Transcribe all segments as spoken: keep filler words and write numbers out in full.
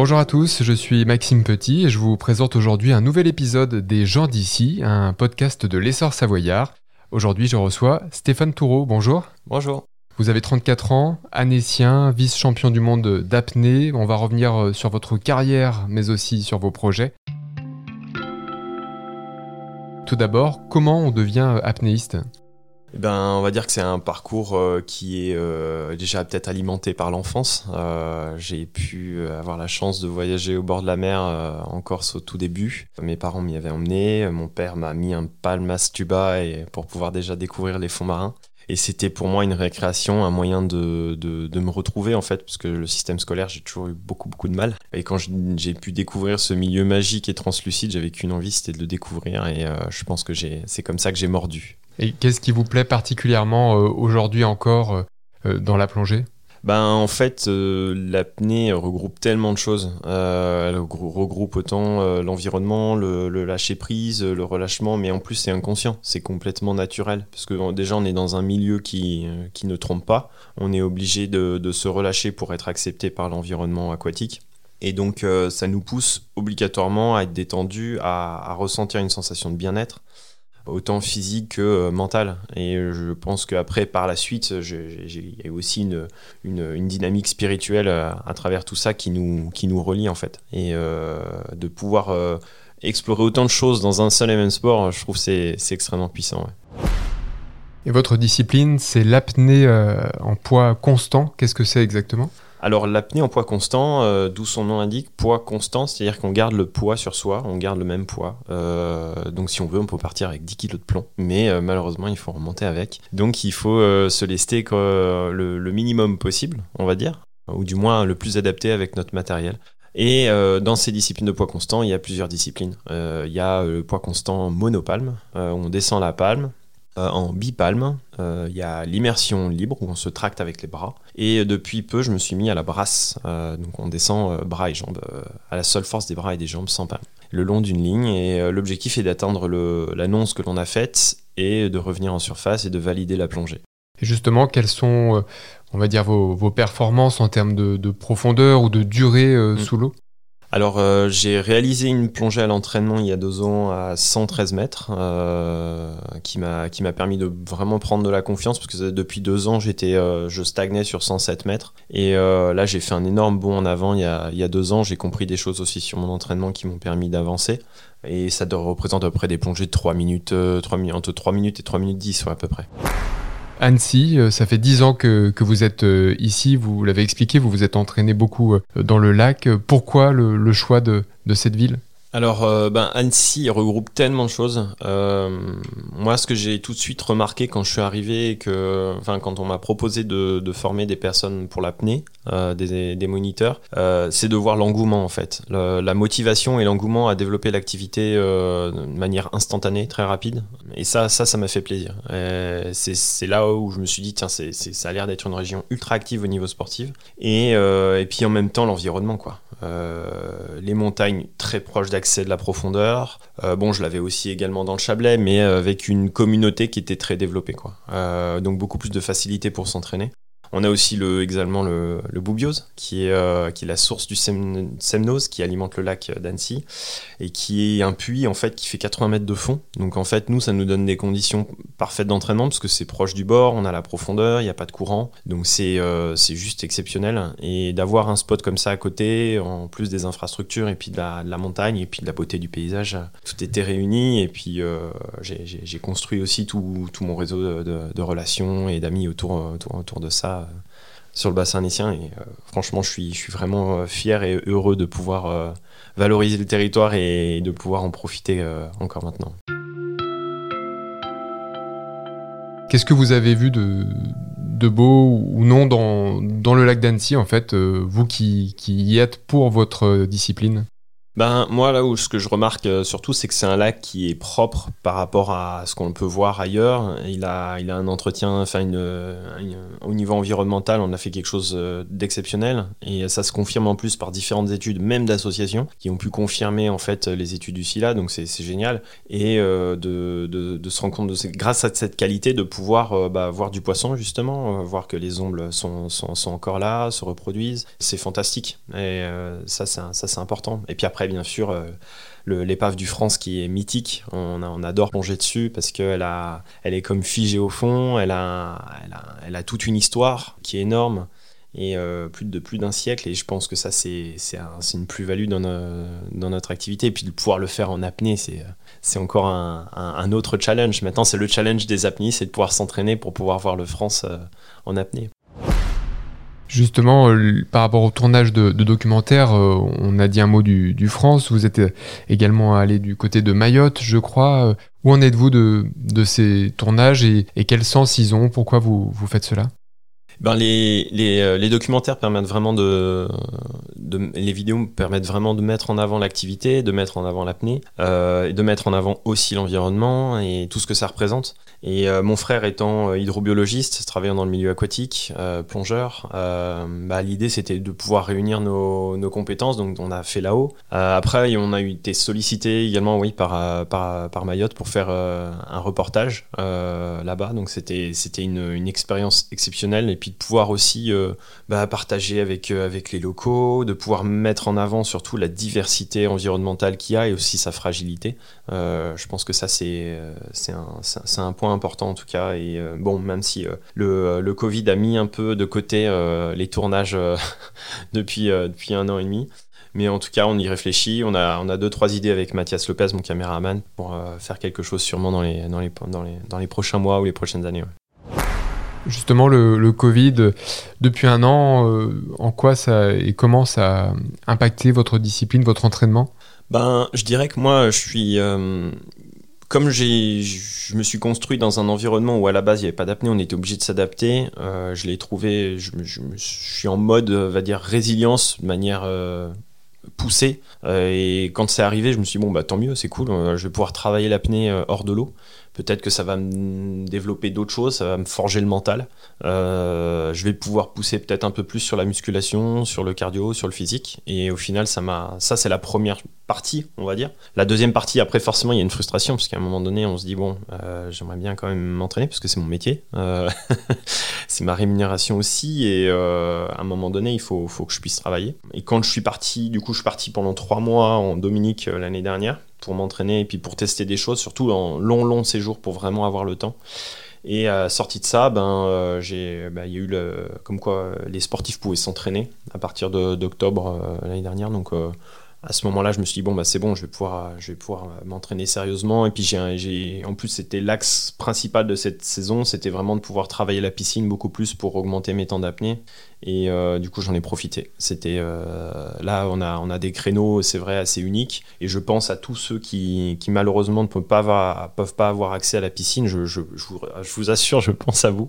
Bonjour à tous, je suis Maxime Petit et je vous présente aujourd'hui un nouvel épisode des Gens d'ici, un podcast de l'Essor Savoyard. Aujourd'hui, je reçois Stéphane Toureau. Bonjour. Bonjour. Vous avez trente-quatre ans, annécien, vice-champion du monde d'apnée. On va revenir sur votre carrière, mais aussi sur vos projets. Tout d'abord, comment on devient apnéiste ? Eh ben, on va dire que c'est un parcours euh, qui est euh, déjà peut-être alimenté par l'enfance. Euh, j'ai pu avoir la chance de voyager au bord de la mer euh, en Corse au tout début. Mes parents m'y avaient emmené. Mon père m'a mis un palmas tuba et, pour pouvoir déjà découvrir les fonds marins. Et c'était pour moi une récréation, un moyen de, de, de me retrouver en fait, parce que le système scolaire, j'ai toujours eu beaucoup beaucoup de mal. Et quand j'ai pu découvrir ce milieu magique et translucide, j'avais qu'une envie, c'était de le découvrir. Et euh, je pense que j'ai, c'est comme ça que j'ai mordu. Et qu'est-ce qui vous plaît particulièrement euh, aujourd'hui encore euh, dans la plongée ? Ben, en fait, euh, l'apnée regroupe tellement de choses. Euh, elle regroupe autant euh, l'environnement, le, le lâcher-prise, le relâchement, mais en plus c'est inconscient, c'est complètement naturel. Parce que déjà on est dans un milieu qui, euh, qui ne trompe pas, on est obligé de, de se relâcher pour être accepté par l'environnement aquatique. Et donc euh, ça nous pousse obligatoirement à être détendu, à, à ressentir une sensation de bien-être, autant physique que euh, mental. Et je pense qu'après, par la suite, il y a aussi une, une, une dynamique spirituelle à, à travers tout ça qui nous, qui nous relie en fait. Et euh, de pouvoir euh, explorer autant de choses dans un seul et même sport, je trouve que c'est, c'est extrêmement puissant. Ouais. Et votre discipline, c'est l'apnée euh, en poids constant. Qu'est-ce que c'est exactement ? Alors l'apnée en poids constant, euh, d'où son nom indique, poids constant, c'est-à-dire qu'on garde le poids sur soi, on garde le même poids. Euh, donc si on veut, on peut partir avec dix kilos de plomb, mais euh, malheureusement, il faut remonter avec. Donc il faut euh, se lester quoi, le, le minimum possible, on va dire, ou du moins le plus adapté avec notre matériel. Et euh, dans ces disciplines de poids constant, il y a plusieurs disciplines. Euh, il y a le poids constant monopalme, euh, on descend la palme. Euh, en bipalme, il euh, y a l'immersion libre où on se tracte avec les bras. Et depuis peu, je me suis mis à la brasse. Euh, donc on descend euh, bras et jambes euh, à la seule force des bras et des jambes sans palme, le long d'une ligne. Et euh, l'objectif est d'atteindre le, l'annonce que l'on a faite et de revenir en surface et de valider la plongée. Et justement, quelles sont, euh, on va dire, vos, vos performances en termes de, de profondeur ou de durée euh, mmh. sous l'eau ? Alors euh, j'ai réalisé une plongée à l'entraînement il y a deux ans à cent treize mètres euh, qui m'a qui m'a permis de vraiment prendre de la confiance parce que depuis deux ans j'étais euh, je stagnais sur cent sept mètres et euh, là j'ai fait un énorme bond en avant il y a il y a deux ans. J'ai compris des choses aussi sur mon entraînement qui m'ont permis d'avancer et ça représente à peu près des plongées de trois minutes euh, trois minutes entre trois minutes et trois minutes dix ouais, à peu près. Annecy, ça fait dix ans que, que vous êtes ici, vous l'avez expliqué, vous vous êtes entraîné beaucoup dans le lac. Pourquoi le, le choix de, de cette ville ? Alors, euh, ben, Annecy regroupe tellement de choses. Euh, moi, ce que j'ai tout de suite remarqué quand je suis arrivé, et que, enfin, quand on m'a proposé de, de former des personnes pour l'apnée, euh, des, des moniteurs, euh, c'est de voir l'engouement en fait, le, la motivation et l'engouement à développer l'activité euh, de manière instantanée, très rapide. Et ça, ça, ça m'a fait plaisir. Et c'est, c'est là où je me suis dit, tiens, c'est, c'est, ça a l'air d'être une région ultra active au niveau sportif. Et, euh, et puis en même temps, l'environnement, quoi. Euh, les montagnes très proches d'accès de la profondeur. Euh, bon, je l'avais aussi également dans le Chablais, mais avec une communauté qui était très développée, quoi. Euh, donc beaucoup plus de facilité pour s'entraîner. On a aussi le, également le, le Boubiose, qui est, euh, qui est la source du Sem- Semnoz, qui alimente le lac d'Annecy, et qui est un puits en fait, qui fait quatre-vingts mètres de fond. Donc en fait, nous, ça nous donne des conditions parfaites d'entraînement, parce que c'est proche du bord, on a la profondeur, il n'y a pas de courant, donc c'est, euh, c'est juste exceptionnel. Et d'avoir un spot comme ça à côté, en plus des infrastructures, et puis de la, de la montagne, et puis de la beauté du paysage, tout était réuni, et puis euh, j'ai, j'ai, j'ai construit aussi tout, tout mon réseau de, de, de relations et d'amis autour, autour, autour de ça, sur le bassin annécien et euh, franchement je suis, je suis vraiment euh, fier et heureux de pouvoir euh, valoriser le territoire et de pouvoir en profiter euh, encore maintenant. Qu'est-ce que vous avez vu de, de beau ou non dans, dans le lac d'Annecy en fait, euh, vous qui, qui y êtes pour votre discipline ? Ben moi là où ce que je remarque euh, surtout c'est que c'est un lac qui est propre par rapport à ce qu'on peut voir ailleurs. Il a il a un entretien, enfin une, une au niveau environnemental on a fait quelque chose euh, d'exceptionnel et ça se confirme en plus par différentes études même d'associations qui ont pu confirmer en fait les études du SILA, donc c'est c'est génial et euh, de, de de se rendre compte de c'est grâce à cette qualité de pouvoir euh, bah, voir du poisson justement, euh, voir que les ombres sont sont sont encore là, se reproduisent, c'est fantastique et euh, ça c'est ça c'est important. Et puis après bien sûr euh, le, l'épave du France qui est mythique, on, a, on adore plonger dessus parce qu'elle a, elle est comme figée au fond, elle a, elle a, elle a toute une histoire qui est énorme et euh, plus de plus d'un siècle et je pense que ça c'est, c'est, un, c'est une plus-value dans, no, dans notre activité et puis de pouvoir le faire en apnée c'est, c'est encore un, un, un autre challenge. Maintenant c'est le challenge des apnéistes, c'est de pouvoir s'entraîner pour pouvoir voir le France euh, en apnée. Justement, euh, par rapport au tournage de, de documentaires, euh, on a dit un mot du, du France. Vous êtes également allé du côté de Mayotte, je crois. Euh, où en êtes-vous de, de ces tournages et, et quel sens ils ont? Pourquoi vous, vous faites cela? Ben les, les, les documentaires permettent vraiment de, de... Les vidéos permettent vraiment de mettre en avant l'activité, de mettre en avant l'apnée, euh, et de mettre en avant aussi l'environnement et tout ce que ça représente. Et euh, mon frère étant hydrobiologiste, travaillant dans le milieu aquatique, euh, plongeur, euh, bah, l'idée c'était de pouvoir réunir nos, nos compétences, donc on a fait là-haut. Euh, après, on a eu été sollicité également, oui, par, par, par Mayotte pour faire euh, un reportage euh, là-bas, donc c'était, c'était une, une expérience exceptionnelle. Et puis de pouvoir aussi euh, bah, partager avec, euh, avec les locaux, de pouvoir mettre en avant surtout la diversité environnementale qu'il y a et aussi sa fragilité. Euh, je pense que ça, c'est, c'est, un, c'est un point important en tout cas. Et euh, bon, même si euh, le, le Covid a mis un peu de côté euh, les tournages euh, depuis, euh, depuis un an et demi, mais en tout cas, on y réfléchit. On a, on a deux, trois idées avec Mathias Lopez, mon caméraman, pour euh, faire quelque chose sûrement dans les, dans les, dans les, dans les prochains mois ou les prochaines années. Ouais. Justement, le, le Covid, depuis un an, euh, en quoi ça et comment ça a impacté votre discipline, votre entraînement? Ben, je dirais que moi, je suis... Euh, comme j'ai, je me suis construit dans un environnement où à la base, il n'y avait pas d'apnée, on était obligé de s'adapter. Euh, je l'ai trouvé... Je, je, je suis en mode, on va dire, résilience, de manière... Euh, poussée. Euh, et quand c'est arrivé, je me suis dit, bon, bah tant mieux, c'est cool, euh, je vais pouvoir travailler l'apnée euh, hors de l'eau. Peut-être que ça va me développer d'autres choses, ça va me forger le mental. Euh, je vais pouvoir pousser peut-être un peu plus sur la musculation, sur le cardio, sur le physique. Et au final, ça m'a, ça c'est la première partie, on va dire. La deuxième partie, après, forcément, il y a une frustration parce qu'à un moment donné, on se dit bon, euh, j'aimerais bien quand même m'entraîner parce que c'est mon métier, euh, c'est ma rémunération aussi. Et euh, à un moment donné, il faut, faut que je puisse travailler. Et quand je suis parti, du coup, je suis parti pendant trois mois en Dominique euh, l'année dernière, pour m'entraîner et puis pour tester des choses, surtout en long, long séjour pour vraiment avoir le temps. Et à euh, sortie de ça, ben, euh, j'ai, ben, y a eu le, comme quoi les sportifs pouvaient s'entraîner à partir de, d'octobre euh, l'année dernière. Donc euh, à ce moment-là, je me suis dit, bon, bah, c'est bon, je vais pouvoir, je vais pouvoir m'entraîner sérieusement. Et puis j'ai, j'ai, en plus, c'était l'axe principal de cette saison, c'était vraiment de pouvoir travailler la piscine beaucoup plus pour augmenter mes temps d'apnée. Et euh, du coup, j'en ai profité. C'était euh, là, on a on a des créneaux, c'est vrai, assez uniques. Et je pense à tous ceux qui qui malheureusement ne peuvent pas avoir, peuvent pas avoir accès à la piscine. Je je je vous, je vous assure, je pense à vous.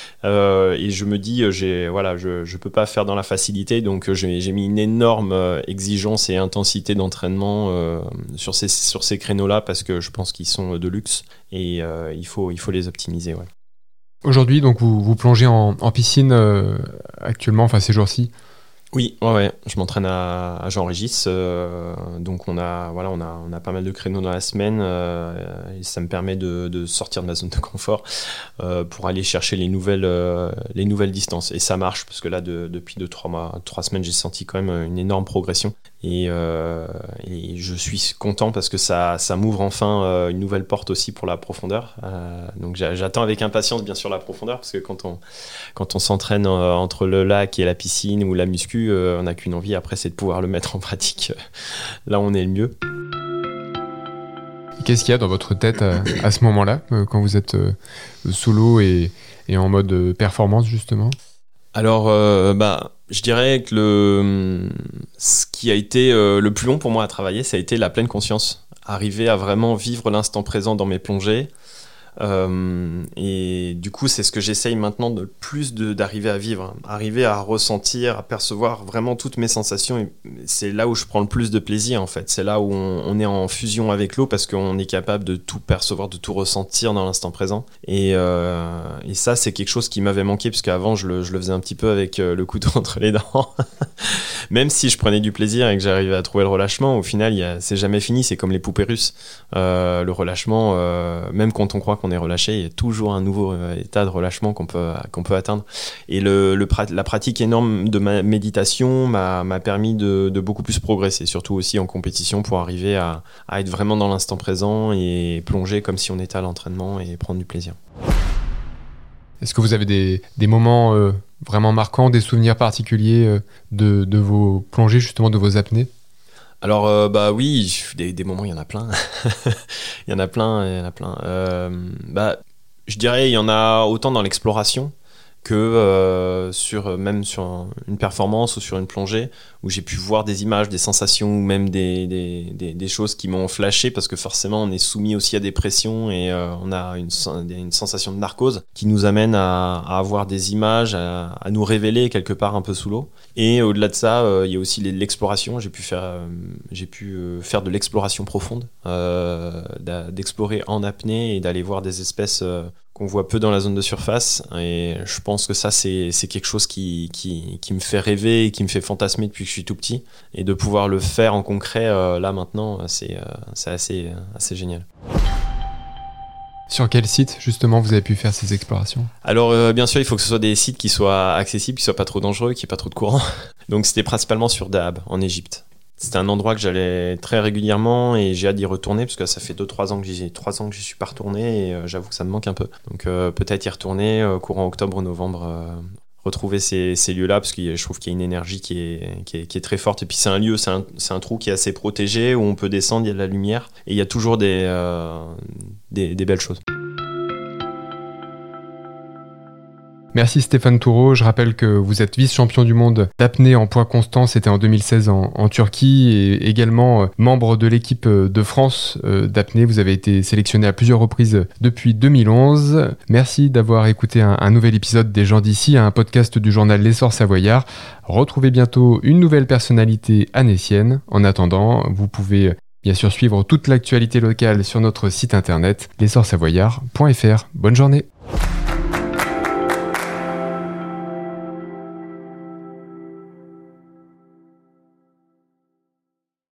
Euh, et je me dis, j'ai voilà, je je peux pas faire dans la facilité, donc j'ai j'ai mis une énorme exigence et intensité d'entraînement euh, sur ces sur ces créneaux-là parce que je pense qu'ils sont de luxe et euh, il faut il faut les optimiser. Ouais. Aujourd'hui, donc vous, vous plongez en, en piscine euh, actuellement, enfin ces jours-ci? Oui, ouais, ouais, je m'entraîne à, à Jean-Régis, euh, donc on a, voilà, on a, on a pas mal de créneaux dans la semaine, euh, et ça me permet de, de sortir de ma zone de confort euh, pour aller chercher les nouvelles, euh, les nouvelles distances. Et ça marche parce que là, de, depuis deux, trois mois, trois semaines, j'ai senti quand même une énorme progression. Et, euh, et je suis content parce que ça, ça m'ouvre enfin euh, une nouvelle porte aussi pour la profondeur. Euh, donc j'attends avec impatience bien sûr la profondeur parce que quand on, quand on s'entraîne euh, entre le lac et la piscine ou la muscu, euh, on n'a qu'une envie après, c'est de pouvoir le mettre en pratique. Là on est le mieux. Qu'est-ce qu'il y a dans votre tête à, à ce moment-là, euh, quand vous êtes euh, sous l'eau et, et en mode euh, performance justement? Alors, euh, bah, je dirais que le, ce qui a été euh, le plus long pour moi à travailler, ça a été la pleine conscience. Arriver à vraiment vivre l'instant présent dans mes plongées, Euh, et du coup, c'est ce que j'essaye maintenant de plus de, d'arriver à vivre, arriver à ressentir, à percevoir vraiment toutes mes sensations. Et c'est là où je prends le plus de plaisir, en fait. C'est là où on, on est en fusion avec l'eau parce qu'on est capable de tout percevoir, de tout ressentir dans l'instant présent. Et, euh, et ça, c'est quelque chose qui m'avait manqué parce qu'avant, je le, je le faisais un petit peu avec le couteau entre les dents. Même si je prenais du plaisir et que j'arrivais à trouver le relâchement, au final, y a, c'est jamais fini. C'est comme les poupées russes. Euh, le relâchement, euh, même quand on croit qu'on est relâché, il y a toujours un nouveau euh, état de relâchement qu'on peut, qu'on peut atteindre. Et le, le, la pratique énorme de ma méditation m'a, m'a permis de, de beaucoup plus progresser, surtout aussi en compétition, pour arriver à, à être vraiment dans l'instant présent et plonger comme si on était à l'entraînement et prendre du plaisir. Est-ce que vous avez des, des moments euh, vraiment marquants, des souvenirs particuliers euh, de, de vos plongées, justement de vos apnées ? Alors euh, bah oui, des, des moments, il y en a plein. Il y en a plein, il y en a plein. Euh, bah, je dirais il y en a autant dans l'exploration que euh, sur, même sur une performance ou sur une plongée où j'ai pu voir des images, des sensations ou même des, des, des, des choses qui m'ont flashé parce que forcément on est soumis aussi à des pressions et euh, on a une, une sensation de narcose qui nous amène à, à avoir des images, à, à nous révéler quelque part un peu sous l'eau. Et au-delà de ça, euh, il y a aussi l'exploration. J'ai pu faire, euh, j'ai pu euh, faire de l'exploration profonde, euh, d'explorer en apnée et d'aller voir des espèces euh, qu'on voit peu dans la zone de surface. Et je pense que ça, c'est, c'est quelque chose qui, qui, qui me fait rêver et qui me fait fantasmer depuis que je suis tout petit. Et de pouvoir le faire en concret, euh, là maintenant, c'est, euh, c'est assez, assez génial. Sur quel site, justement, vous avez pu faire ces explorations ? Alors, euh, bien sûr, il faut que ce soit des sites qui soient accessibles, qui soient pas trop dangereux, qui n'aient pas trop de courant. Donc, c'était principalement sur Dahab, en Égypte. C'était un endroit que j'allais très régulièrement et j'ai hâte d'y retourner parce que ça fait deux trois ans que j'y, trois ans que j'y suis pas retourné et euh, j'avoue que ça me manque un peu. Donc, euh, peut-être y retourner euh, courant octobre, novembre, euh, retrouver ces, ces lieux-là parce que je trouve qu'il y a une énergie qui est, qui est, qui est très forte. Et puis, c'est un lieu, c'est un, c'est un trou qui est assez protégé où on peut descendre, il y a de la lumière et il y a toujours des, euh, des, des belles choses. Merci Stéphane Toureau. Je rappelle que vous êtes vice-champion du monde d'apnée en poids constant, c'était en deux mille seize en, en Turquie, et également euh, membre de l'équipe de France euh, d'apnée. Vous avez été sélectionné à plusieurs reprises depuis deux mille onze. Merci d'avoir écouté un, un nouvel épisode des gens d'ici, un podcast du journal L'Essor Savoyard. Retrouvez bientôt une nouvelle personnalité annécienne. En attendant, vous pouvez bien sûr suivre toute l'actualité locale sur notre site internet l'essor savoyard point f r. Bonne journée.